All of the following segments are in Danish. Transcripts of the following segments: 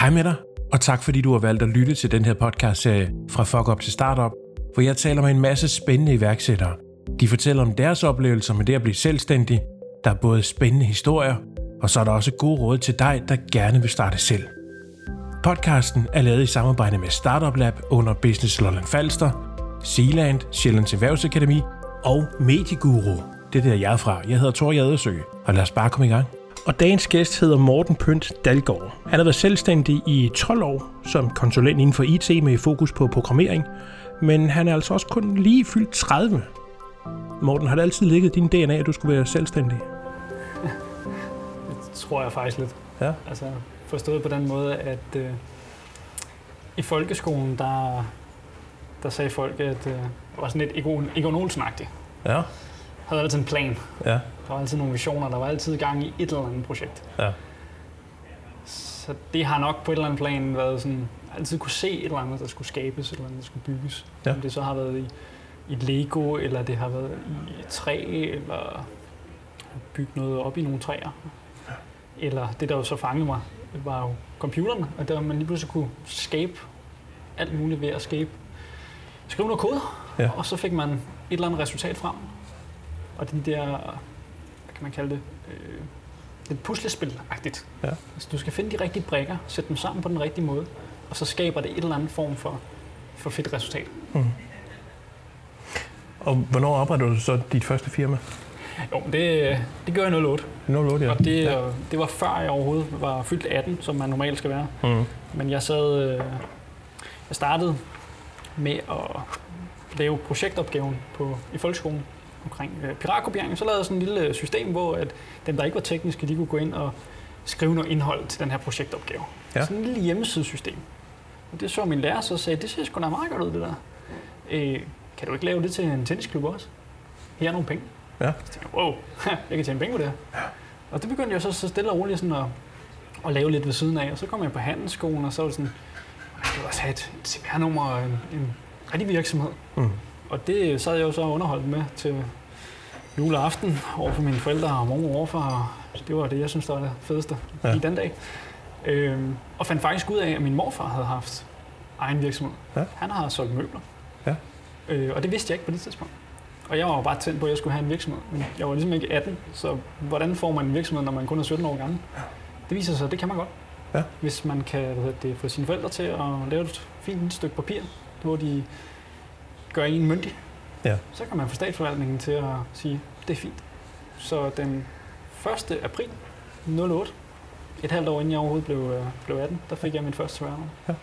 Hej med dig, og tak fordi du har valgt at lytte til den her podcastserie fra Fuck Up til Startup, hvor jeg taler med en masse spændende iværksættere. De fortæller om deres oplevelser med det at blive selvstændig. Der er både spændende historier, og så er der også gode råd til dig, der gerne vil starte selv. Podcasten er lavet i samarbejde med Startup Lab under Business Lolland Falster, Sealand, Sjællands Erhvervsakademi og Medieguru. Det er der jeg er fra. Jeg hedder Thor Jadersø, og lad os bare komme i gang. Og dagens gæst hedder Morten Pønt Dalgaard. Han har været selvstændig i 12 år som konsulent inden for IT med fokus på programmering, men han er altså også kun lige fyldt 30. Morten, har det altid ligget i din DNA, at du skulle være selvstændig? Det tror jeg faktisk lidt. Ja. Altså forstået på den måde, at i folkeskolen, der sagde folk, at det var sådan lidt Egon Olsen-agtigt. Ja. Havde altid en plan. Ja. Der var altid nogle visioner, der var altid gang i et eller andet projekt. Ja. Så det har nok på et eller andet plan været sådan, altid kunne se et eller andet, der skulle skabes, et eller andet, der skulle bygges. Ja. Om det så har været i Lego, eller det har været i et træ, eller bygge noget op i nogle træer. Ja. Eller det, der jo så fangede mig, var jo computeren, og der man lige pludselig kunne skabe alt muligt ved at skrive noget kode, ja. Og så fik man et eller andet resultat frem. Og de der, hvad kan man kalde det, lidt puslespil-agtigt. Ja. Altså, du skal finde de rigtige brikker, sætte dem sammen på den rigtige måde, og så skaber det et eller andet form for fedt resultat. Mm. Og hvornår oprettede du så dit første firma? Jo, det gjorde jeg i 08. 08, ja. Og det var før jeg overhovedet var fyldt 18, som man normalt skal være. Mm. Men jeg startede med at lave projektopgaven i folkeskolen omkring piratkopiering. Så lavede jeg sådan et lille system, hvor at dem, der ikke var tekniske, de kunne gå ind og skrive noget indhold til den her projektopgave. Ja. Sådan en lille hjemmesidesystem. Og det så min lærer så sagde, det ser sgu da meget godt ud, det der. Kan du ikke lave det til en tennisklub også? Her er nogle penge. Ja. Så tænkte jeg, wow, jeg kan tjene penge på det her. Ja. Og det begyndte jeg så stille og roligt sådan at lave lidt ved siden af. Og så kom jeg på handelsskolen, og så var det sådan, jeg skulle også have et CPR-nummer og en rigtig virksomhed. Mm. Og det sad jeg jo så underholdt med til juleaften over for mine forældre og mor og morfar. Det var det, jeg synes, der var det fedeste i den dag. Og fandt faktisk ud af, at min morfar havde haft egen virksomhed. Ja. Han har solgt møbler. Ja. Og det vidste jeg ikke på det tidspunkt. Og jeg var jo bare tændt på, at jeg skulle have en virksomhed. Men jeg var ligesom ikke 18, så hvordan får man en virksomhed, når man kun er 17 år gammel? Ja. Det viser sig, at det kan man godt. Ja. Hvis man kan få sine forældre til at lave et fint stykke papir, hvor de gør en myndig, ja. Så kan man få statsforvaltningen til at sige, det er fint. Så den 1. april 08, et halvt år inden jeg overhovedet blev 18, der fik jeg min første CPR-nummer. Ja.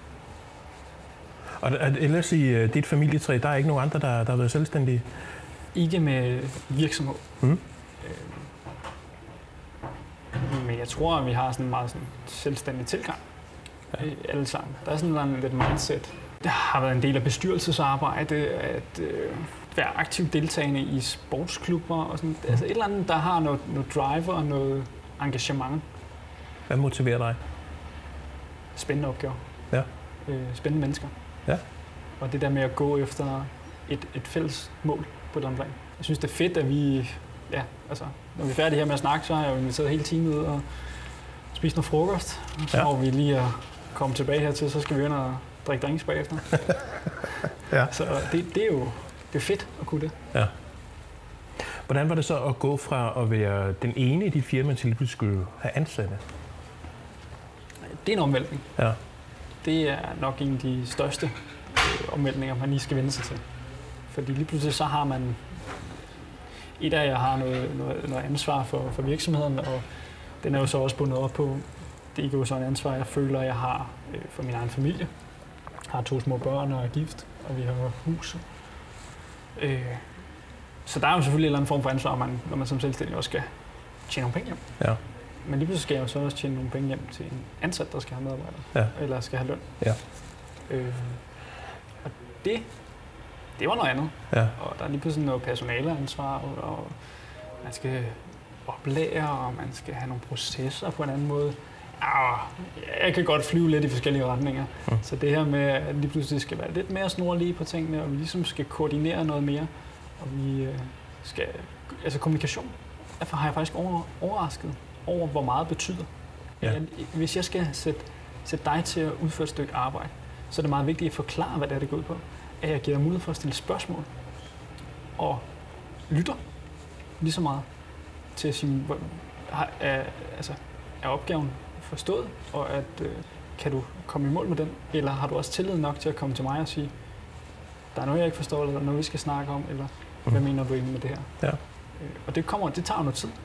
Og ellers i dit familietræ, der er ikke nogen andre, der har været selvstændige? Ikke med virksomhed. Mm. Men jeg tror, at vi har sådan en meget selvstændig tilgang. Ja. Alle sammen. Der er sådan en lidt mindset. Det har været en del af bestyrelsesarbejde, at være aktivt deltagende i sportsklubber og sådan. Mm. Altså et eller andet, der har noget drive og noget engagement. Hvad motiverer dig? Spændende opgaver. Ja. Spændende mennesker. Ja. Og det der med at gå efter et fælles mål på et eller andet plan. Jeg synes, det er fedt, at vi, når vi er færdige her med at snakke, så har jeg jo inviteret hele teamet ud og spise noget frokost. Og så når vi lige at komme tilbage hertil, så skal vi ind og drikke drinks bagefter. Ja. Så det er jo fedt at kunne det. Ja. Hvordan var det så at gå fra at være den ene i dit firma til at skulle have ansatte? Det er en omvæltning. Ja. Det er nok en af de største omvæltninger, man lige skal vende sig til. Fordi lige pludselig så har man jeg har noget ansvar for virksomheden, og den er jo så også bundet op på, det er jo så en ansvar, jeg føler, jeg har for min egen familie. Jeg har 2 små børn og er gift, og vi har hus. Så der er jo selvfølgelig en eller anden form for ansvar, når man som selvstændig også skal tjene nogle penge hjem. Ja. Men lige pludselig skal jeg jo så også tjene nogle penge hjem til en ansat, der skal have medarbejdere, eller skal have løn. Ja. Og det var noget andet. Ja. Og der er lige pludselig noget personaleansvar, og man skal oplære, og man skal have nogle processer på en anden måde. Jeg kan godt flyve lidt i forskellige retninger. Mm. Så det her med, at lige pludselig skal være lidt mere snorlige på tingene, og vi ligesom skal koordinere noget mere, og vi skal, kommunikation. Derfor har jeg faktisk overrasket over, hvor meget det betyder. Ja. Hvis jeg skal sætte sætte dig til at udføre et stykke arbejde, så er det meget vigtigt at forklare, hvad det går ud på. At jeg giver dig mulighed for at stille spørgsmål og lytter lige så meget til at sige, er opgaven forstået, og at kan du komme i mål med den, eller har du også tillid nok til at komme til mig og sige, der er noget, jeg ikke forstår, eller noget, vi skal snakke om, eller hvad mener du egentlig med det her? Ja. Og det tager noget tid.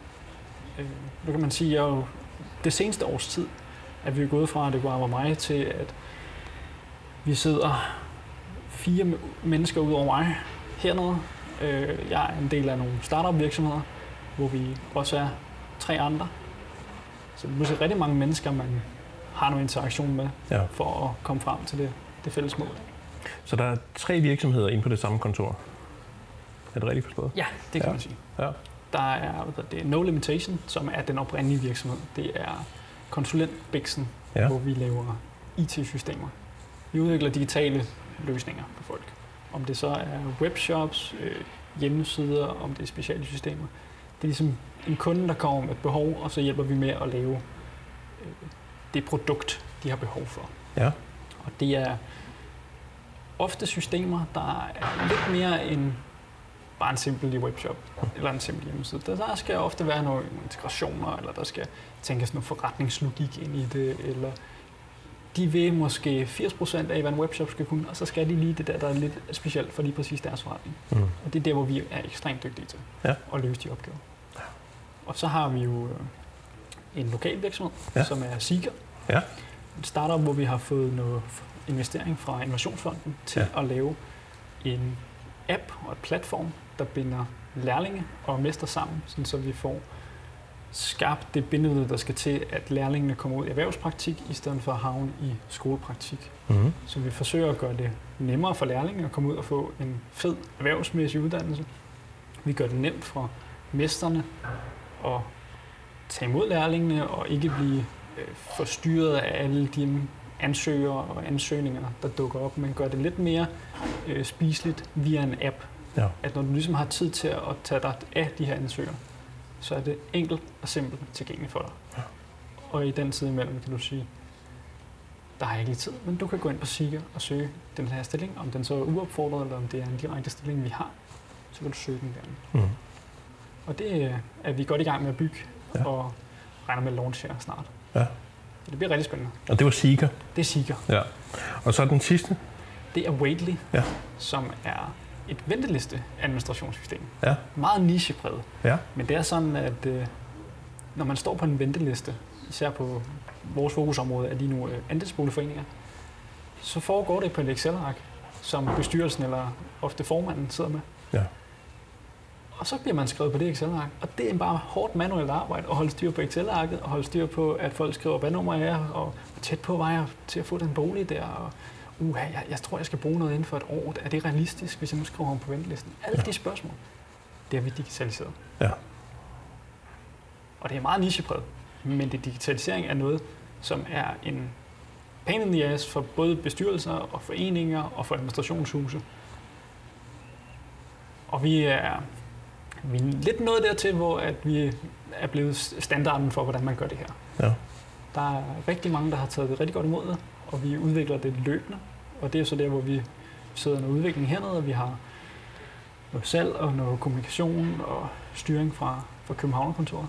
Nu kan man sige, at det seneste års tid, at vi er gået fra, at det var mig, til at vi sidder 4 mennesker ud over mig hernede. Jeg er en del af nogle startup-virksomheder, hvor vi også er 3 andre. Så det er rigtig mange mennesker, man har noget interaktion med, for at komme frem til det fælles mål. Så der er 3 virksomheder inde på det samme kontor? Er det rigtigt forstået? Ja, det kan man sige. Ja. Der er No Limitation, som er den oprindelige virksomhed. Det er konsulentbiksen, hvor vi laver IT-systemer. Vi udvikler digitale løsninger for folk. Om det så er webshops, hjemmesider, om det er specielle systemer. Det er ligesom en kunde, der kommer med et behov, og så hjælper vi med at lave det produkt, de har behov for. Ja. Og det er ofte systemer, der er lidt mere end bare en simpel webshop eller en simpel hjemmeside. Der skal ofte være nogle integrationer, eller der skal tænkes noget forretningslogik ind i det, eller de vil måske 80% af, hvad en webshop skal kunne, og så skal de lige det der er lidt specielt for lige præcis deres forretning. Og det er der, hvor vi er ekstremt dygtige til at løse de opgaver. Og så har vi jo en lokal virksomhed, som er Seeker. Ja. En startup, hvor vi har fået noget investering fra Innovationsfonden til at lave en app og et platform, der binder lærlinge og mester sammen, sådan så vi får skabt det bindeled, der skal til, at lærlingene kommer ud i erhvervspraktik, i stedet for at havne i skolepraktik. Mm-hmm. Så vi forsøger at gøre det nemmere for lærlinge at komme ud og få en fed erhvervsmæssig uddannelse. Vi gør det nemt for mesterne at tage imod lærlingene og ikke blive forstyrret af alle de ansøgere og ansøgninger, der dukker op, men gør det lidt mere spiseligt via en app. Ja. At når du ligesom har tid til at tage dig af de her ansøgere, så er det enkelt og simpelt tilgængeligt for dig. Ja. Og i den tid imellem kan du sige, der har jeg ikke lige tid, men du kan gå ind på Seeker og søge den her stilling, om den så er uopfordret, eller om det er en direkte stilling, vi har, så kan du søge den der. Mm. Og det er vi godt i gang med at bygge, og regner med at launch her snart. Ja. Så det bliver rigtig spændende. Og det var Seeker? Det er Seeker. Ja. Og så den sidste? Det er Waitly, som er et venteliste-administrationssystem. Ja. Meget nichepræget. Ja. Men det er sådan, at når man står på en venteliste, især på vores fokusområde er lige nu andelsboligforeninger, så foregår det på et Excel-ark, som bestyrelsen eller ofte formanden sidder med. Ja. Og så bliver man skrevet på det Excel-ark, og det er bare hårdt manuelt arbejde at holde styr på Excel-arket, og holde styr på, at folk skriver, hvad nummer er, og hvor tæt på var jeg til at få den bolig der, og jeg tror, jeg skal bruge noget inden for et år. Er det realistisk, hvis jeg nu skriver ham på ventelisten? Alle de spørgsmål, det har vi digitaliseret. Ja. Og det er meget nichepræget, men det digitalisering er noget, som er en pain in the ass for både bestyrelser og foreninger og for administrationshuse. Og vi er lidt nået dertil, hvor at vi er blevet standarden for, hvordan man gør det her. Ja. Der er rigtig mange, der har taget det rigtig godt imod det, og vi udvikler det løbende. Og det er så der, hvor vi sidder noget udvikling hernede, og vi har noget salg og noget kommunikation og styring fra Københavnerkontoret.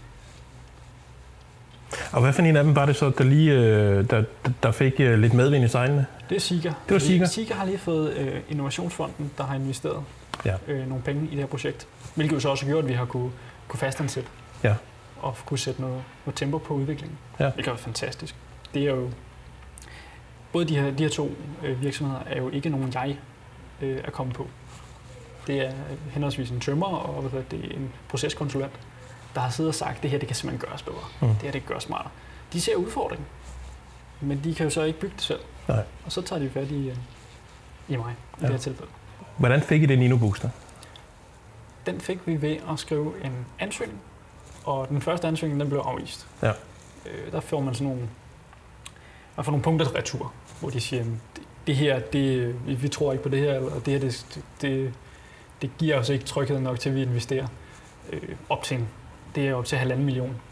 Og hvad for en af dem var det så, der lige der fik lidt medvind i sejlene? Det er Seeker. Det var Seeker? Seeker har lige fået Innovationsfonden, der har investeret nogle penge i det her projekt. Hvilket jo så også har gjort, at vi har kunne fastansætte og kunne sætte noget tempo på udviklingen. Ja. Det er jo fantastisk. Det er jo både de her 2 virksomheder er jo ikke nogen jeg er kommet på. Det er henholdsvis en tømrer og det er en proceskonsulent, der har siddet og sagt, det her det kan simpelthen gøres bedre. Det her det kan gøres smartere. De ser udfordringen, men de kan jo så ikke bygge det selv. Nej. Og så tager de fat i mig i det her tilfælde. Hvordan fik I den Nino Booster? Den fik vi ved at skrive en ansøgning, og den første ansøgning den blev afvist. Ja. Der får man sådan nogle punkter til retur, hvor de siger, det her, vi tror ikke på det her, eller det her, det giver os ikke tryghed nok til, at vi investerer op til 1,5 million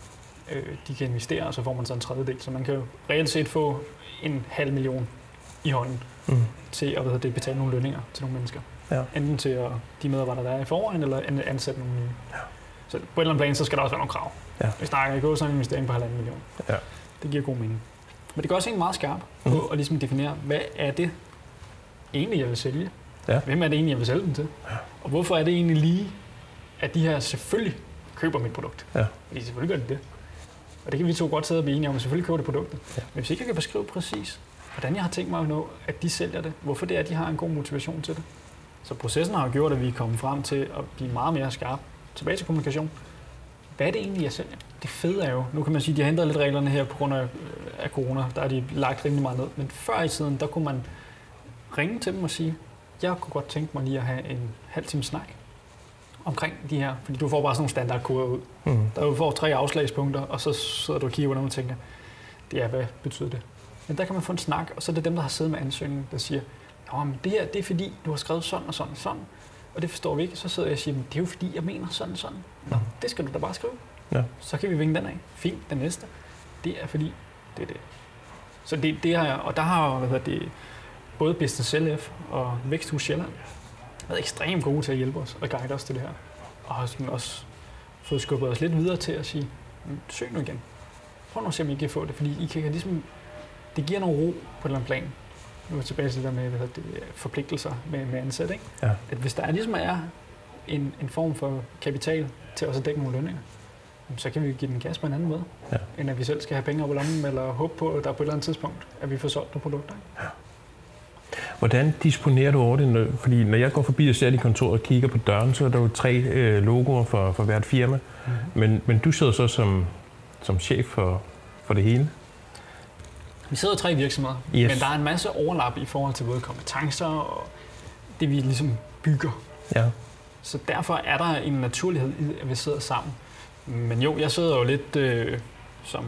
de kan investere, og så får man så en tredjedel. Så man kan jo reelt set få 500.000 i hånden til at betale nogle lønninger til nogle mennesker. Ja. Enten til de medarbejdere, der er i forvejen, eller ansætte nogle nye. Ja. Så på et eller andet plan, så skal der også være nogle krav. Ja. Vi snakker ikke også en investering på 1,5 million. Ja. Det giver god mening. Men det gør også en meget skarp på at ligesom definere, hvad er det egentlig, jeg vil sælge? Ja. Hvem er det egentlig, jeg vil sælge den til? Ja. Og hvorfor er det egentlig lige, at de her selvfølgelig køber mit produkt? Ja. Fordi selvfølgelig gør de det. Og det kan vi to godt sidde og blive enige om, at selvfølgelig køber det produktet. Ja. Men hvis ikke jeg kan beskrive præcis, hvordan jeg har tænkt mig at nå, at de sælger det, hvorfor det er, at de har en god motivation til det. Så processen har gjort, at vi er kommet frem til at blive meget mere skarpe. Tilbage til kommunikation. Hvad er det egentlig, jeg sælger? Det fede er jo, nu kan man sige, at de har ændret lidt reglerne her på grund af corona. Der er de lagt rimelig meget ned. Men før i tiden, der kunne man ringe til dem og sige, jeg kunne godt tænke mig lige at have en halv time snak omkring de her. Fordi du får bare sådan nogle standardkoder ud. Der du får 3 afslagspunkter, og så sidder du og kigger på dem og tænker, det er, hvad betyder det? Men der kan man få en snak, og så er det dem, der har siddet med ansøgningen, der siger, men det her, det er fordi, du har skrevet sådan og sådan og sådan, og det forstår vi ikke. Så sidder jeg og siger, det er jo fordi, jeg mener sådan og sådan. Nå, det skal du da bare skrive. Ja. Så kan vi vinge den af. Fint, den næste. Det er fordi, det er det. Så det har jeg, og der har både Business LF og Væksthus Sjælland været ekstremt gode til at hjælpe os og guide os til det her. Og har også fået skubbet os lidt videre til at sige, søg nu igen. Prøv nu at se, om I kan få det, fordi I kan ligesom, det giver noget ro på et eller andet plan. Nu er jeg tilbage til det der med forpligtelser med ansæt, ikke? Ja. At hvis der ligesom er en form for kapital til også at dække nogle lønninger, så kan vi give den gas på en anden måde, end at vi selv skal have penge op i lommen, eller håbe på, at der på et eller andet tidspunkt, at vi får solgt nogle produkter. Ja. Hvordan disponerer du over det? Fordi når jeg går forbi og ser i kontoret og kigger på døren, så er der jo 3 logoer for hvert firma. Men du sidder så som chef for det hele? Vi sidder 3 virksomheder, men der er en masse overlap i forhold til både kompetencer og det, vi ligesom bygger. Ja. Så derfor er der en naturlighed i, at vi sidder sammen. Men jo, jeg sidder jo lidt som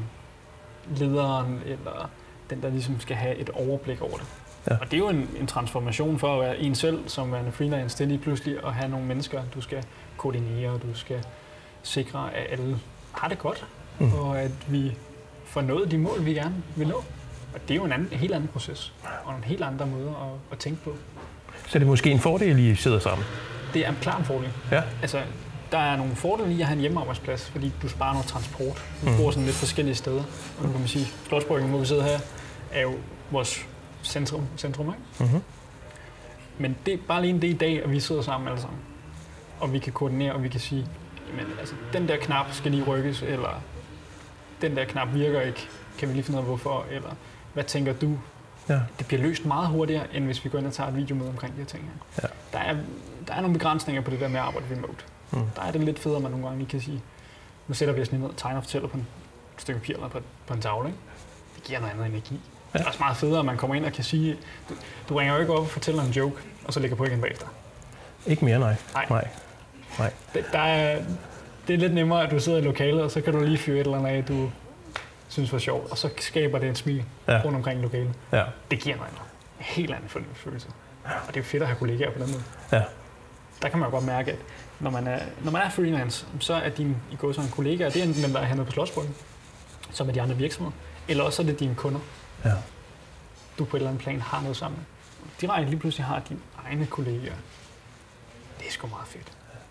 lederen, eller den, der ligesom skal have et overblik over det. Ja. Og det er jo en transformation for at være en selv, som er en freelance, det er lige pludselig at have nogle mennesker, du skal koordinere, du skal sikre, at alle har det godt, og at vi får nået de mål, vi gerne vil nå. Og det er jo en helt anden proces, og en helt andre måder at tænke på. Så det er måske en fordel, I sidder sammen? Det er en klar fordel. Ja. Altså, der er nogle fordele i at have en hjemmearbejdsplads, fordi du sparer noget transport. Vi bor sådan lidt forskellige steder. Og nu kan man sige, Slotsbryggen, hvor vi sidder her, er jo vores centrum, ikke? Mm-hmm. Men det er bare lige det i dag, at vi sidder sammen alle sammen. Og vi kan koordinere, og vi kan sige, jamen, altså, den der knap skal lige rykkes, eller den der knap virker ikke. Kan vi lige finde ud af, hvorfor? Eller hvad tænker du? Ja. Det bliver løst meget hurtigere, end hvis vi går ind og tager et videomøde omkring de her ting her. Ja. Der er nogle begrænsninger på det der med at arbejde remote. Der er det lidt federe, at man nogle gange lige kan sige, nu sætter vi os lige ned og tegner og fortæller på et stykke papir eller på en tavle. Ikke? Det giver noget andet energi. Ja. Det er også meget federe, at man kommer ind og kan sige, du ringer jo ikke op og fortæller en joke, og så lægger på igen bagefter. Ikke mere, nej. Det er lidt nemmere, at du sidder i lokalet, og så kan du lige fyre et eller andet af, du synes var sjovt, og så skaber det en smil rundt omkring lokalet. Ja. Det giver noget en helt anden følelse. Og det er jo fedt at have kollegaer på den måde. Ja. Der kan man jo godt mærke, at når man er freelance, så er dine kollegaer, det er enten dem, der er hernede på Slotsbryggen, som er de andre virksomheder, eller også er det dine kunder. Ja. Du på et eller andet plan har noget sammen. Direkte lige pludselig har dine egne kollegaer. Det er sgu meget fedt.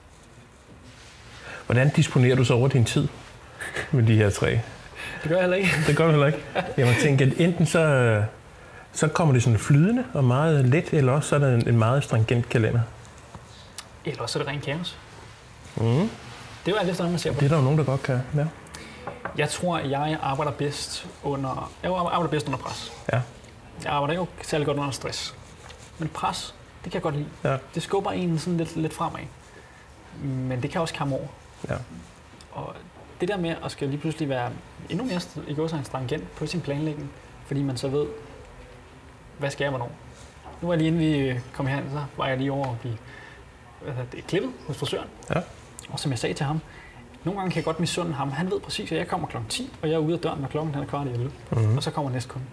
Hvordan disponerer du så over din tid med de her 3? Det gør jeg heller ikke. Det gør du heller ikke. Jeg må tænke, at enten så kommer det sådan flydende og meget let, eller også så er der en meget stringent kalender. Eller også er det rent kaos. Det er jo alt efter, man ser på. Det er der jo nogen, der godt kan. Ja. Jeg tror, at jeg arbejder bedst under pres. Ja. Jeg arbejder ikke særlig godt under stress. Men pres, det kan jeg godt lide. Ja. Det skubber en sådan lidt fremad. Men det kan også komme over. Ja. Og det der med at skal lige pludselig være endnu mere stringent på sin planlægning, fordi man så ved, hvad skal jeg hvornår. Nu var jeg lige inden vi kom herhen, så var jeg lige over at blive klippet hos frisøren. Ja. Og som jeg sagde til ham, nogle gange kan jeg godt misunde ham. Han ved præcis, at jeg kommer kl. 10, og jeg er ude af døren, når klokken er 10:15. Mm-hmm. Og så kommer næste kunde.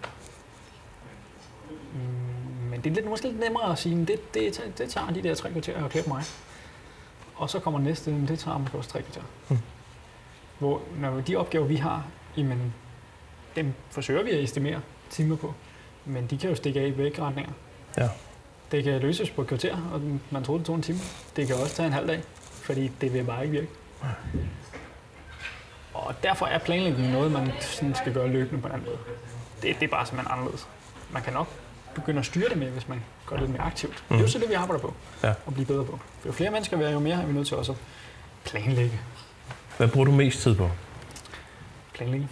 Men det er måske lidt nemmere at sige, det tager de der 3 kvarter at klippe mig. Og så kommer næste, det tager måske også 3 kvarter. Hvor når de opgaver, vi har, jamen, dem forsøger vi at estimere timer på, men de kan jo stikke af i begge retninger. Ja. Det kan løses på et kvarter, og man troede, det tog en time. Det kan også tage en halv dag, fordi det vil bare ikke virke. Og derfor er planlægning noget, man sådan skal gøre løbende på en anden måde. Det er bare simpelthen anderledes. Man kan nok begynde at styre det med, hvis man gør det lidt mere aktivt. Det er jo så det, vi arbejder på, og blive bedre på. For jo flere mennesker vi er, jo mere er vi nødt til også at planlægge. Hvad bruger du mest tid på? Planlægning.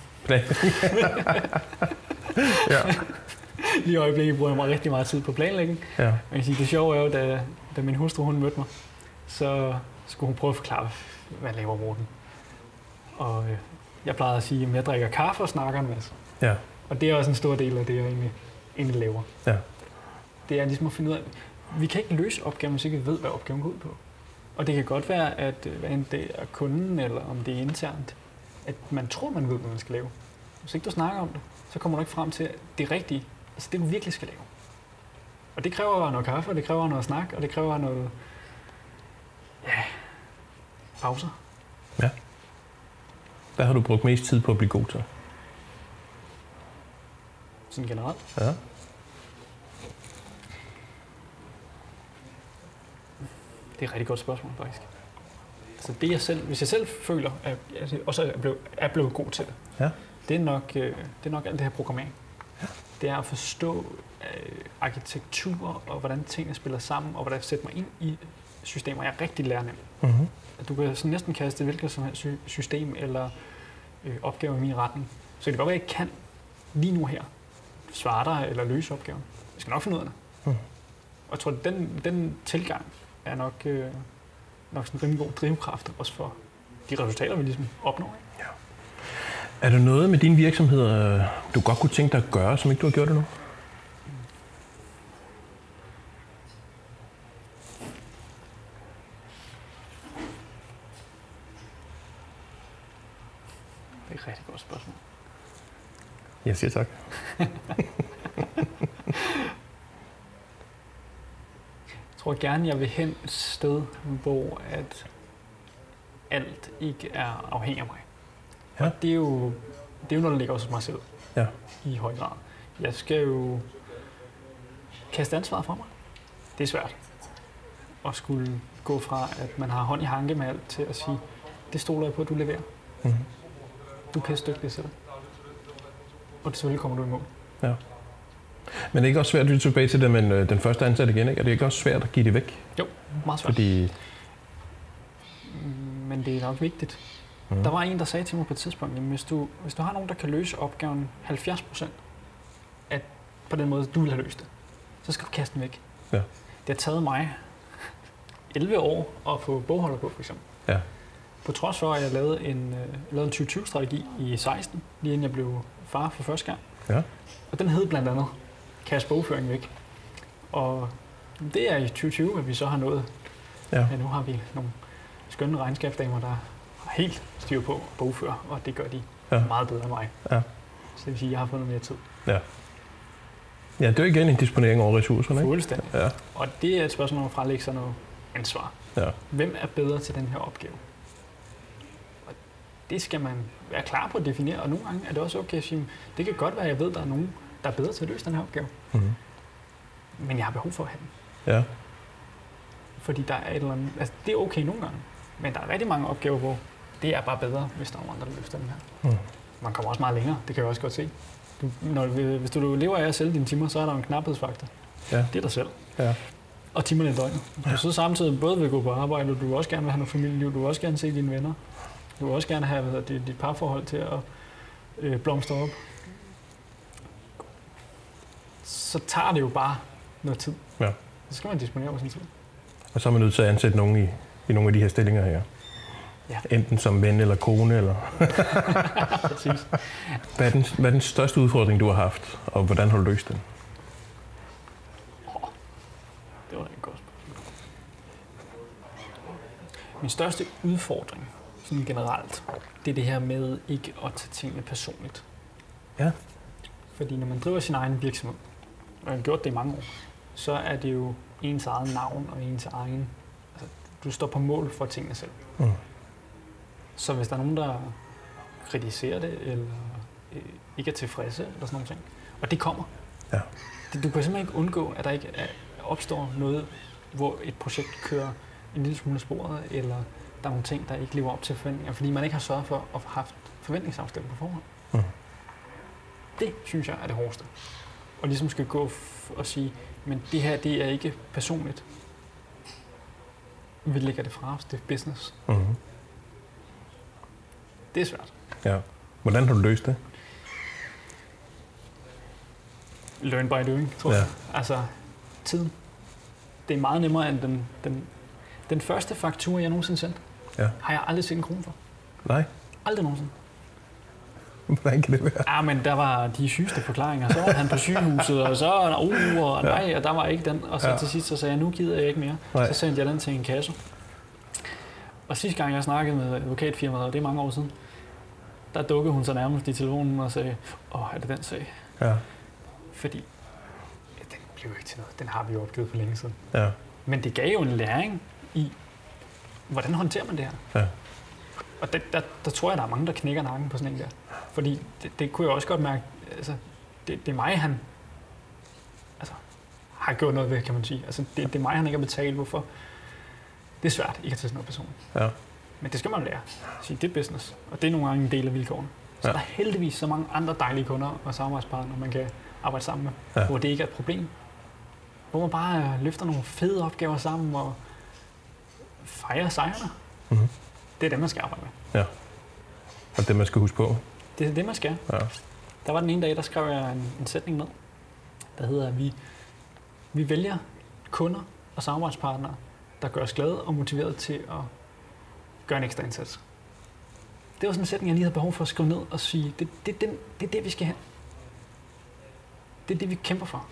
Ja. Lige i øjeblikket bruger jeg mig rigtig meget tid på planlægning. Ja. Man kan sige, det sjove er jo, da min hustru hun mødte mig, så skulle hun prøve at forklare, hvad jeg laver den. Og jeg plejede at sige, at jeg drikker kaffe og snakker en masse. Ja. Og det er også en stor del af det, jeg egentlig laver. Ja. Det er ligesom at finde ud af, vi kan ikke løse opgaven, hvis ikke vi ved, hvad opgaven går ud på. Og det kan godt være, at hvad end det er kunden, eller om det er internt, at man tror, man ved, hvad man skal lave. Hvis ikke du snakker om det, så kommer du ikke frem til det rigtige, altså det, du virkelig skal lave. Og det kræver noget kaffe, og det kræver noget snak, og det kræver noget pauser. Ja. Hvad har du brugt mest tid på at blive god til? Sådan generelt? Ja. Det er et rigtig godt spørgsmål, faktisk. Altså det, hvis jeg selv føler, at jeg også er blevet god til det, det er nok alt det her programmering. Ja. Det er at forstå arkitektur, og hvordan tingene spiller sammen, og hvordan jeg sætter mig ind i systemer. Jeg er rigtig lærende. Mm-hmm. Du kan sådan næsten kaste hvilket som helst system eller opgave i min retning. Så det kan godt være, at jeg ikke kan lige nu her svare dig eller løse opgaven. Jeg skal nok finde ud af det. Mm. Og jeg tror, at den tilgang er nok sådan en rimelig god drivkraft også for de resultater, vi ligesom opnår. Ja. Er der noget med dine virksomheder, du godt kunne tænke dig at gøre, som ikke du har gjort endnu? Det er et rigtig godt spørgsmål. Jeg siger tak. Jeg tror gerne, jeg vil hen et sted, hvor at alt ikke er afhængig af mig. Ja. Og det er jo noget, der ligger også hos mig selv i høj grad. Jeg skal jo kaste ansvaret fra mig. Det er svært at skulle gå fra, at man har hånd i hanke med alt, til at sige, det stoler jeg på, at du leverer. Mm-hmm. Du kan stykke det selv. Og selvfølgelig kommer du i mål. Ja. Men det er ikke også svært at lytte tilbage til det, men den første ansatte igen, ikke? Er det ikke også svært at give det væk? Jo, meget svært. Men det er nok vigtigt. Mm. Der var en, der sagde til mig på et tidspunkt, at hvis du har nogen, der kan løse opgaven 70%, at på den måde, du vil have løst det, så skal du kaste den væk. Ja. Det har taget mig 11 år at få bogholder på, for eksempel. Ja. På trods for, at jeg lavede en 2020-strategi i 16, lige inden jeg blev far for første gang. Ja. Og den hed blandt andet Kast bogføring væk. Og det er i 2020, at vi så har nået. Ja, nu har vi nogle skønne regnskabsdamer, der har helt styr på bogfører, og det gør de meget bedre end mig. Ja. Så det vil sige, at jeg har fundet mere tid. Ja. Ja, det er igen en disponering over ressourcerne, ikke? Fuldstændig. Ja. Og det er et spørgsmål om at frelægge sig noget ansvar. Ja. Hvem er bedre til den her opgave? Og det skal man være klar på at definere, og nogle gange er det også okay at sige, det kan godt være, at jeg ved, at der er nogen, der er bedre til at løse den her opgave. Mm-hmm. Men jeg har behov for at have den. Ja. Fordi der er et eller andet, altså det er okay nogle gange, men der er rigtig mange opgaver, hvor det er bare bedre, hvis der er nogen andre, der løfter den her. Mm. Man kommer også meget længere, det kan jeg også godt se. Hvis du lever af at sælge dine timer, så er der en knaphedsfaktor. Ja. Det er dig selv. Ja. Og timerne i døgnet. Du så samtidig både vil gå på arbejde, og du vil også gerne vil have noget familieliv, du vil også gerne se dine venner. Du vil også gerne have dit parforhold til at blomstre op. Så tager det jo bare noget tid. Ja. Så skal man disponere over sin tid. Og så er man nødt til at ansætte nogen i nogle af de her stillinger her. Ja. Enten som ven eller kone, eller... Præcis. Hvad er den største udfordring, du har haft, og hvordan har du løst den? Det var da et godt spørgsmål. Min største udfordring, sådan generelt, det er det her med ikke at tage tingene personligt. Ja. Fordi når man driver sin egen virksomhed, og jeg har gjort det i mange år, så er det jo ens eget navn og ens egen... Altså, du står på mål for tingene selv. Mm. Så hvis der er nogen, der kritiserer det, eller ikke er tilfredse, eller sådan nogle ting. Og det kommer. Ja. Du kan simpelthen ikke undgå, at der ikke opstår noget, hvor et projekt kører en lille smule af sporet, eller der er nogle ting, der ikke lever op til forventninger, fordi man ikke har sørget for at have haft forventningsafstemning på forhånd. Mm. Det synes jeg er det hårdeste. Og ligesom skal gå og sige, men det her, det er ikke personligt. Vi lægger det fra os, det er business. Mm-hmm. Det er svært. Ja. Hvordan har du løst det? Learn by doing, tror jeg. Altså, tiden. Det er meget nemmere end den første faktura, jeg nogensinde sendte. Ja. Har jeg aldrig set en krone for. Nej. Aldrig nogensinde. Hvordan kan det være? Ja, men der var de sygeste forklaringer. Så var han på sygehuset, og så og nej, og der var ikke den. Og så til sidst så sagde jeg, nu gider jeg ikke mere. Nej. Så sendte jeg den til en kasse. Og sidste gang jeg snakkede med advokatfirmaet, og det er mange år siden, der dukkede hun så nærmest i telefonen og sagde, er det den sag? Ja. Fordi den blev ikke til noget. Den har vi jo opgivet for længe siden. Ja. Men det gav jo en læring i, hvordan håndterer man det her? Ja. Og der tror jeg, der er mange, der knækker nakken på sådan en der. Fordi det kunne jeg også godt mærke, altså, det er mig, han har gjort noget ved, kan man sige. Altså, det er mig, han ikke har betalt. Hvorfor? Det er svært ikke at tage sådan noget person. Ja. Men det skal man lære. Sige, det er business, og det er nogle gange en del af vilkårene. Så der er heldigvis så mange andre dejlige kunder og samarbejdspartnere, man kan arbejde sammen med, hvor det ikke er et problem. Hvor man bare løfter nogle fede opgaver sammen og fejrer sejrene. Mm-hmm. Det er det, man skal arbejde med. Ja. Og det, man skal huske på. Det er det, man skal. Ja. Der var den ene dag, der skrev jeg en sætning ned, der hedder, at vi vælger kunder og samarbejdspartnere, der gør os glade og motiveret til at gøre en ekstra indsats. Det var sådan en sætning, jeg lige havde behov for at skrive ned og sige, det er det, vi skal have. Det er det, vi kæmper for.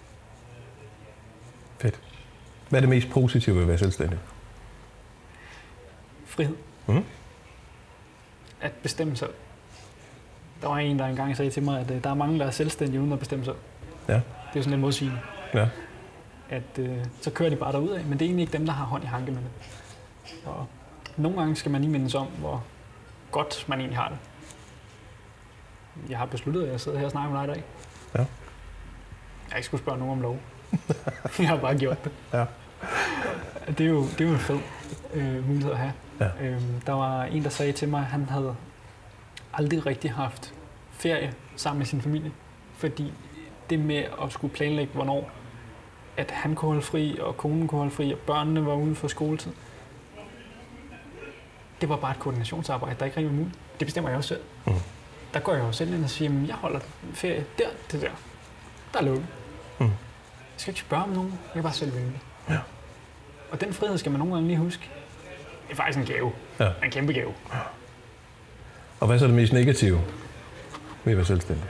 Fedt. Hvad er det mest positive ved at være selvstændig? Frihed. Mm. At bestemme selv. Der var en, der engang sagde til mig, at der er mange, der er selvstændige uden at bestemme selv. Ja. Det er jo sådan lidt modsigende. Ja. At så kører de bare derudad, men det er egentlig ikke dem, der har hånd i hanke med det. Og nogle gange skal man lige mindes om, hvor godt man egentlig har det. Jeg har besluttet, at jeg sidder her og snakker med dig i dag. Ja. Jeg ikke skulle spørge nogen om lov. Jeg har bare gjort det. Ja. Det er jo en fed mulighed at have. Ja. Der var en, der sagde til mig, at han havde aldrig rigtig haft ferie sammen med sin familie. Fordi det med at skulle planlægge, hvornår at han kunne holde fri, og konen kunne holde fri, og børnene var ude for skoletid. Det var bare et koordinationsarbejde, der ikke rigtig var muligt. Det bestemmer jeg også selv. Mm. Der går jeg jo selv ind og siger, at jeg holder ferie der. Der er lukket. Mm. Jeg skal ikke spørge om nogen, jeg kan bare selv vælge det. Ja. Og den frihed skal man nogle gange lige huske. Det er faktisk en gave. Ja. En kæmpe gave. Og hvad er så det mest negative ved at være selvstændig?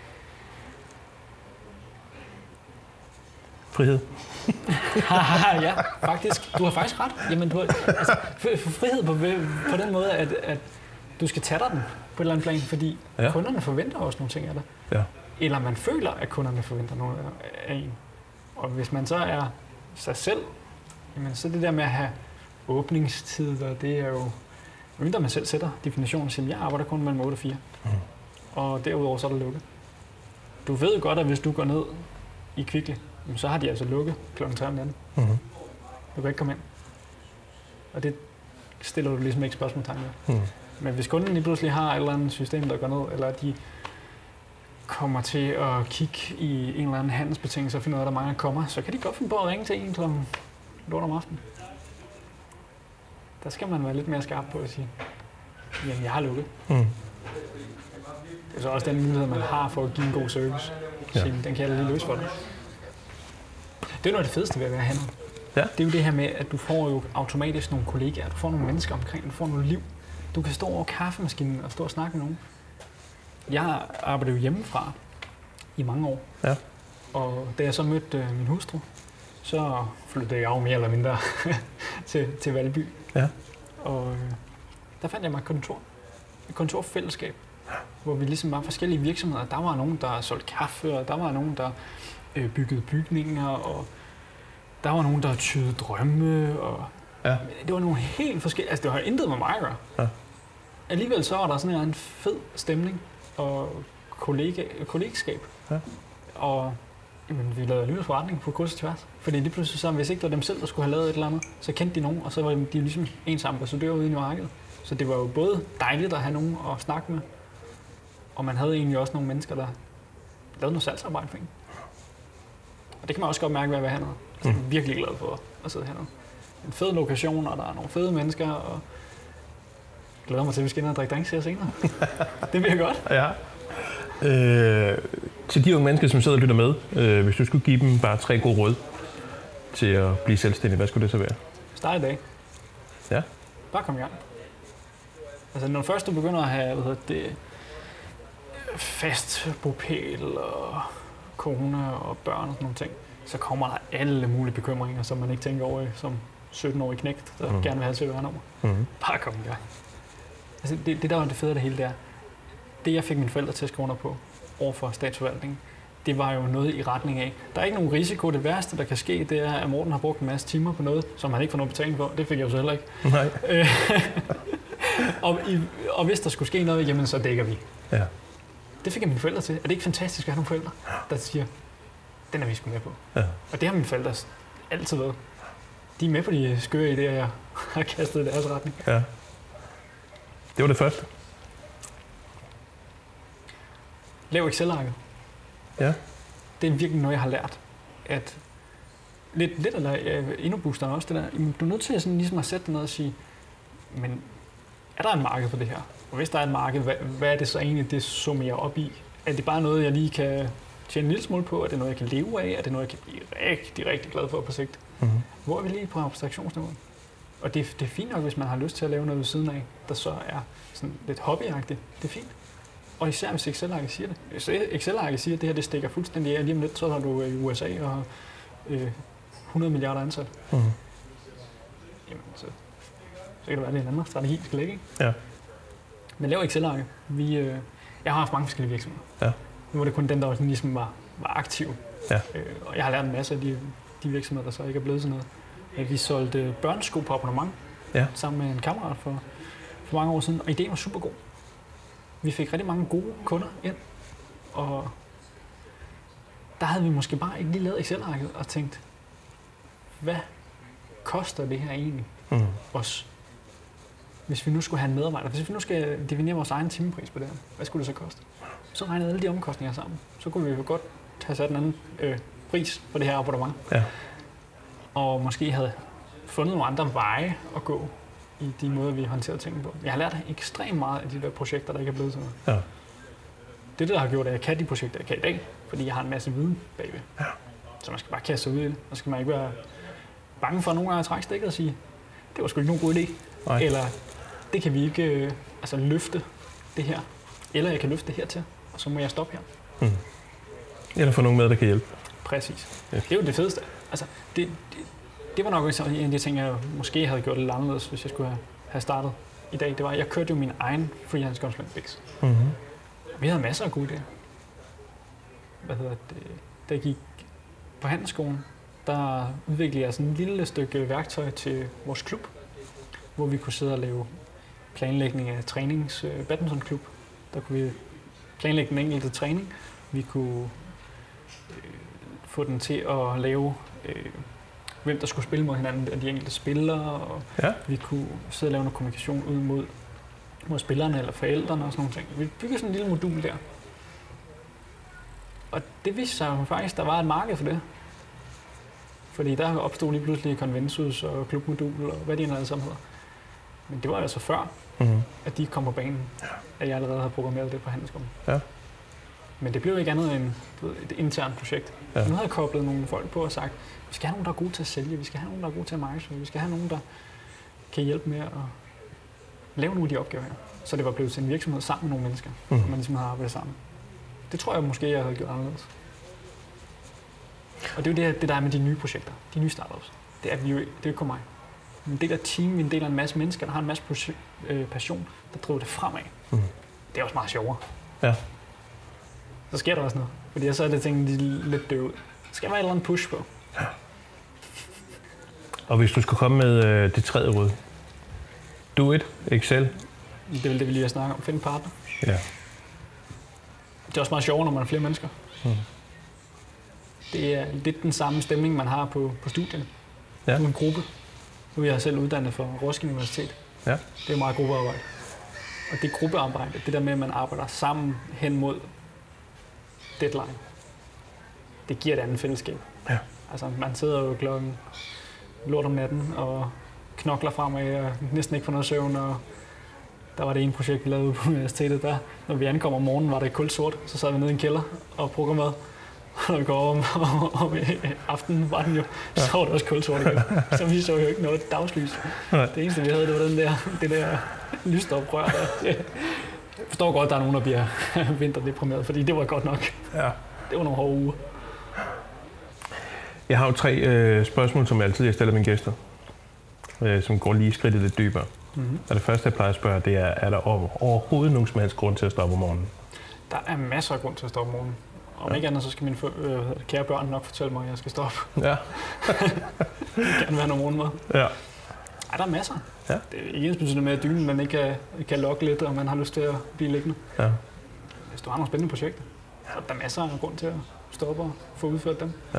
Frihed. Ja, faktisk. Du har faktisk ret. Jamen, frihed på den måde, at du skal tage dig den på et eller andet plan, fordi kunderne forventer også nogle ting af dig. Ja. Eller man føler, at kunderne forventer noget af en. Og hvis man så er sig selv, jamen, så det der med at have åbningstider, det er jo mindre man selv sætter definitionen, siger, jeg arbejder kun mellem 8 og 4. Mm. Og derudover så er der lukket. Du ved godt, at hvis du går ned i Kvickly, så har de altså lukket kl. 3 om natten. Mm-hmm. Du kan ikke komme ind. Og det stiller du ligesom ikke spørgsmålstegn med. Mm. Men hvis kunden lige pludselig har et eller andet system, der går ned, eller de kommer til at kigge i en eller anden handelsbetingelse og finde ud af, at der mange kommer, så kan de godt finde på at ringe til en kl. lort om aftenen. Der skal man være lidt mere skarp på at sige, jamen jeg har lukket. Mm. Det er så også den mulighed, man har for at give en god service. Ja. Sige, den kan jeg lige løse for dig. Det er noget af det fedeste ved at være handel. Ja. Det er jo det her med, at du får jo automatisk nogle kollegaer, du får nogle mennesker omkring, du får noget liv. Du kan stå over kaffemaskinen og stå og snakke med nogen. Jeg arbejder jo hjemmefra i mange år. Ja. Og da jeg så mødte min hustru, så flyttede jeg jo mere eller mindre til Valby. Ja. Og der fandt jeg mig et kontorfællesskab, hvor vi ligesom var forskellige virksomheder. Der var nogen, der solgte kaffe, og der var nogen, der byggede bygninger, og der var nogen, der tydede drømme, og det var nogle helt forskellige. Altså, det har intet med mig at gøre. Ja. alligevel så var der sådan en fed stemning og kollegeskab. Ja. Og jamen, vi lavede alligevel forretning på kryds og tværs. Fordi lige pludselig så, hvis ikke det var dem selv, der skulle have lavet et eller andet, så kendte de nogen, og så var de ligesom ens ambassadører ude i markedet. Så det var jo både dejligt at have nogen at snakke med, og man havde egentlig også nogle mennesker, der lavede noget salgsarbejde for en. Og det kan man også godt mærke ved at være hernede. Altså, jeg er virkelig glad for at sidde hernede. En fed lokation, og der er nogle fede mennesker, og jeg glæder mig til, at vi skal ind og drikke drinks her senere. Det bliver godt. Ja. Til de unge mennesker, som sidder og lytter med, hvis du skulle give dem bare 3 gode råd til at blive selvstændig, hvad skulle det så være? Start i dag. Ja. Bare kom i gang. Altså, når først du begynder at have fast bopæl og kone og børn og sådan nogle ting, så kommer der alle mulige bekymringer, som man ikke tænker over som 17-årig knægt, der gerne vil have CVR-nummer. Bare kom i gang. Altså, det der var det fede af det hele, det jeg fik mine forældre til at skrive under på overfor statsforvaltningen, det var jo noget i retning af, der er ikke nogen risiko. Det værste, der kan ske, det er, at Morten har brugt en masse timer på noget, som han ikke får noget betaling for. Det fik jeg jo så heller ikke. Nej. og hvis der skulle ske noget, jamen så dækker vi. Ja. Det fik jeg mine forældre til. Er det ikke fantastisk at have nogle forældre, der siger, den er vi sgu med på? Ja. Og det har mine forældre altid været. De er med på de skøre idéer, jeg har kastet i deres retning. Ja. Det var det første. Lav Excel-arket. Ja. Det er virkelig noget, jeg har lært. At lidt eller endnu boosteren også det der. Du er nødt til sådan, ligesom at sætte dig ned og sige, men er der et marked for det her? Og hvis der er et marked, hvad er det så egentlig, det summer jeg op i? Er det bare noget, jeg lige kan tjene en lille smule på? Er det noget, jeg kan leve af? Er det noget, jeg kan blive rigtig, rigtig glad for på sigt? Mm-hmm. Hvor er vi lige på abstraktionsniveauet? Og det er fint nok, hvis man har lyst til at lave noget ved siden af, der så er sådan lidt hobbyagtigt. Det er fint. Og især hvis Excel-arket siger det. Hvis Excel-arket siger, at det her det stikker fuldstændig af lige om lidt, så har du i USA og 100 milliarder ansat. Mm-hmm. Jamen, så kan det være, det er en anden strategi, vi skal lægge, ikke? Ja. Men lav Excel-arket. Jeg har haft mange forskellige virksomheder. Ja. Nu var det kun den, der ligesom var aktiv. Ja. Og jeg har lært en masse af de virksomheder, der så ikke er blevet sådan noget. Vi solgte børnesko på abonnement sammen med en kammerat for mange år siden, og ideen var super god. Vi fik rigtig mange gode kunder ind, og der havde vi måske bare ikke lige lavet Excel-arket og tænkt, hvad koster det her egentlig os? Hvis vi nu skulle have en medarbejder, hvis vi nu skal definere vores egen timepris på det her, hvad skulle det så koste? Så regnede alle de omkostninger sammen. Så kunne vi jo godt have sat en anden pris for det her abonnement. Ja. Og måske havde fundet nogle andre veje at gå i de måder, vi håndterer tingene på. Jeg har lært ekstremt meget af de der projekter, der ikke er blevet sådan noget. Ja. Det er det, der har gjort, at jeg kan de projekter, jeg kan i dag, fordi jeg har en masse viden bagved. Ja. Så man skal bare kaste sig ud i det. Og så skal man ikke være bange for nogle gange at trække stikket og sige, det var sgu ikke nogen god idé. Nej. Eller det kan vi ikke løfte det her. Eller jeg kan løfte det her til, og så må jeg stoppe her. Mm. Eller få nogen med, der kan hjælpe. Præcis. Ja. Det er jo det fedeste. Altså, det var nok også en af de ting, jeg måske havde gjort lidt anderledes, hvis jeg skulle have startet i dag. Det var, at jeg kørte jo min egen freelance consultant. Mm-hmm. Vi havde masser af gode idéer. Da jeg gik på handelsskolen, der udviklede jeg sådan et lille stykke værktøj til vores klub, hvor vi kunne sidde og lave planlægning af badmintonklub. Der kunne vi planlægge den enkelte træning. Vi kunne få den til at lave, hvem der skulle spille mod hinanden af de enkelte spillere. Og vi kunne sidde og lave noget kommunikation ud mod spillerne eller forældrene og sådan nogle ting. Vi byggede sådan en lille modul der. Og det viste sig jo faktisk, at der var et marked for det. Fordi der opstod lige pludselig Convensus og klubmodul og hvad de alle sammen hedder. Men det var altså før, at de kom på banen, at jeg allerede havde programmeret det på handelsskolen. Ja. Men det blev ikke andet end et internt projekt. Ja. Nu havde jeg koblet nogle folk på og sagt, vi skal have nogen, der er gode til at sælge, vi skal have nogen, der er gode til at markedsføre, vi skal have nogen, der kan hjælpe med at lave nogle af de opgaver her. Så det var blevet til en virksomhed sammen med nogle mennesker, og man ligesom havde arbejdet sammen. Det tror jeg måske, jeg havde gjort anderledes. Og det er jo det der er med de nye projekter, de nye startups. Det er jo ikke kun mig. En del af team, en del af en masse mennesker, der har en masse passion, der driver det fremad. Det er også meget sjovere. Ja. Så sker der også noget. Fordi så er det tingene, de er lidt døde ud. Der skal være et eller andet push på. Ja. Og hvis du skulle komme med det tredje råd. Do it, Excel, Det er vel det, vi lige har snakket om. Finde partner. Ja. Det er også meget sjovere, når man er flere mennesker. Det er lidt den samme stemning, man har på studierne. Ja. Nu er en gruppe. Nu er jeg selv uddannet for Roskilde Universitet. Ja. Det er meget gruppearbejde. Og det gruppearbejde, det der med, at man arbejder sammen hen mod deadline, det giver et andet fællesskab. Ja. Altså, man sidder jo klokken lort om natten og knokler fremad og næsten ikke får noget søvn. Og der var det ene projekt, vi lavede på universitetet der. Når vi ankom om morgenen, var det kuldt sort. Så sad vi nede i en kælder og programmerede. Når vi går om aftenen, var den jo, så var det også kuldt sort igen. Så vi så jo ikke noget dagslys. Det eneste, vi havde, det var det der lystoprør der. Jeg forstår godt, at der er nogen, der bliver vinterdeprimeret, fordi det var godt nok. Ja. Det var nogle hårde uger. Jeg har jo 3 spørgsmål, som jeg altid stiller mine gæster, som går lige skridtet lidt dybere. Mm-hmm. Og det første, jeg plejer at spørge, det er der overhovedet nogen som helst grund til at stoppe om morgenen? Der er masser af grund til at stoppe om morgenen. Om ikke andet, så skal mine kære børn nok fortælle mig, at jeg skal stoppe. Ja. Det kan være nogle morgenmad. Ja. Ej, der er masser. Ja. Det er ikke ensbetydende med, at dynen man ikke kan lokke lidt, og man har lyst til at blive liggende. Ja. Hvis du har nogle spændende projekter, så er der masser af grund til at stoppe og få udført dem. Ja.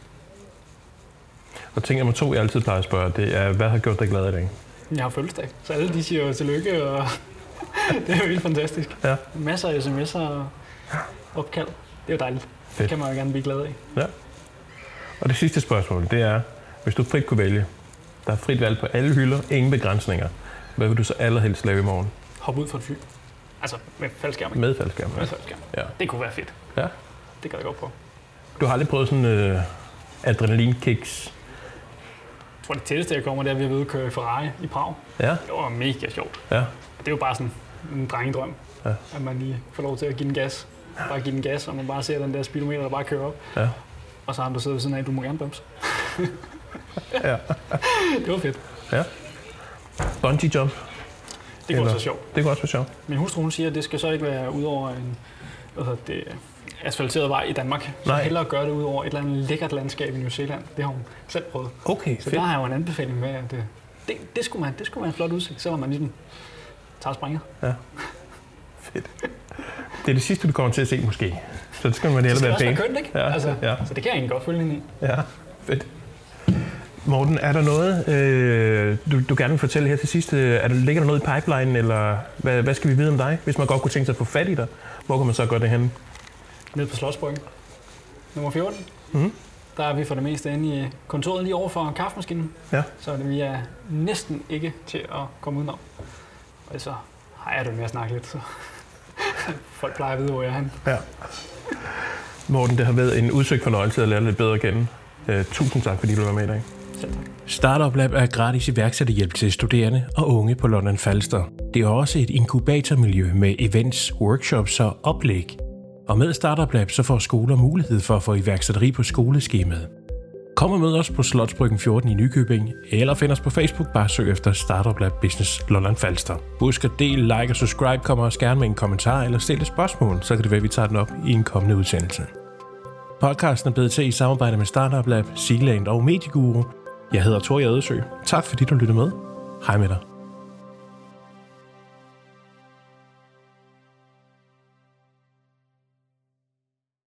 Og ting nummer 2, jeg altid plejer at spørge, det er, hvad har gjort dig glad i dag? Jeg har fødselsdag, så alle de siger jo tillykke, og det er jo helt fantastisk. Ja. Masser af sms'er og opkald. Det er jo dejligt. Fedt. Det kan man jo gerne blive glad af. Ja. Og det sidste spørgsmål, det er, hvis du frit kunne vælge, der er frit valg på alle hylder, ingen begrænsninger. Hvad vil du så allerhelst lave i morgen? Hoppe ud fra et fly. Altså med faldskærm. Med faldskærm. Med faldskærm. Ja. Det kunne være fedt. Ja. Det kan jeg godt på. Du har aldrig prøvet sådan adrenalinkicks? Jeg tror, det tætteste, jeg kommer, det er, at vi har ved at køre Ferrari i Prag. Ja. Det var mega sjovt. Ja. Det er jo bare sådan en drengedrøm, ja. At man lige får lov til at give den gas. Bare give den gas, og man bare ser den der speedometer, der bare kører op. Ja. Og så har du siddet ved siden af, du må gerne bremse. Ja. Det var fedt. Ja. Bungee jump? Det kunne også være sjovt. Det kunne også være sjovt. Min hustru, hun siger, at det skal så ikke være ud over en asfalteret vej i Danmark. Så hellere gøre det ud over et eller andet lækkert landskab i New Zealand. Det har hun selv prøvet. Okay, så fedt. Der har jeg jo en anbefaling med, at det skulle være en flot udsigt, selvom man ligesom tager springer. Ja. Fedt. Det er det sidste, du kommer til at se, måske. Så det skal man hellere være pænt. Det skal også være kønt, ikke? Ja, altså, ja. Så det kan jeg egentlig godt følge ind i. Ja, fedt. Morten, er der noget, du gerne vil fortælle her til sidst? Ligger der noget i pipeline, eller hvad skal vi vide om dig? Hvis man godt kunne tænke sig at få fat i dig, hvor kan man så gøre det henne? Ned på Slotsbryggen. Nummer 14. Mm-hmm. Der er vi for det meste inde i kontoret lige over for kaffemaskinen. Ja. Så vi er næsten ikke til at komme udenom. Og så har jeg det med at snakke lidt, så folk plejer at vide, hvor jeg er henne. Ja. Morten, det har været en udsøgt fornøjelse at lære lidt bedre at kende. Tusind tak, fordi du var med i dag. Selv tak. Startup Lab er gratis iværksætterhjælp til studerende og unge på London Falster. Det er også et inkubatormiljø med events, workshops og oplæg. Og med Startup Lab så får skoler mulighed for at få iværksætteri på skoleskemaet. Kom og mød os på Slotsbryggen 14 i Nykøbing, eller find os på Facebook, bare søg efter Startup Lab Business Lolland Falster. Husk at dele, like og subscribe, kom også gerne med en kommentar eller stille et spørgsmål, så kan det være, vi tager den op i en kommende udsendelse. Podcasten er blevet til i samarbejde med Startup Lab, Sealand og Medieguru. Jeg hedder Tor Jadesø. Tak fordi du lyttede med. Hej med dig.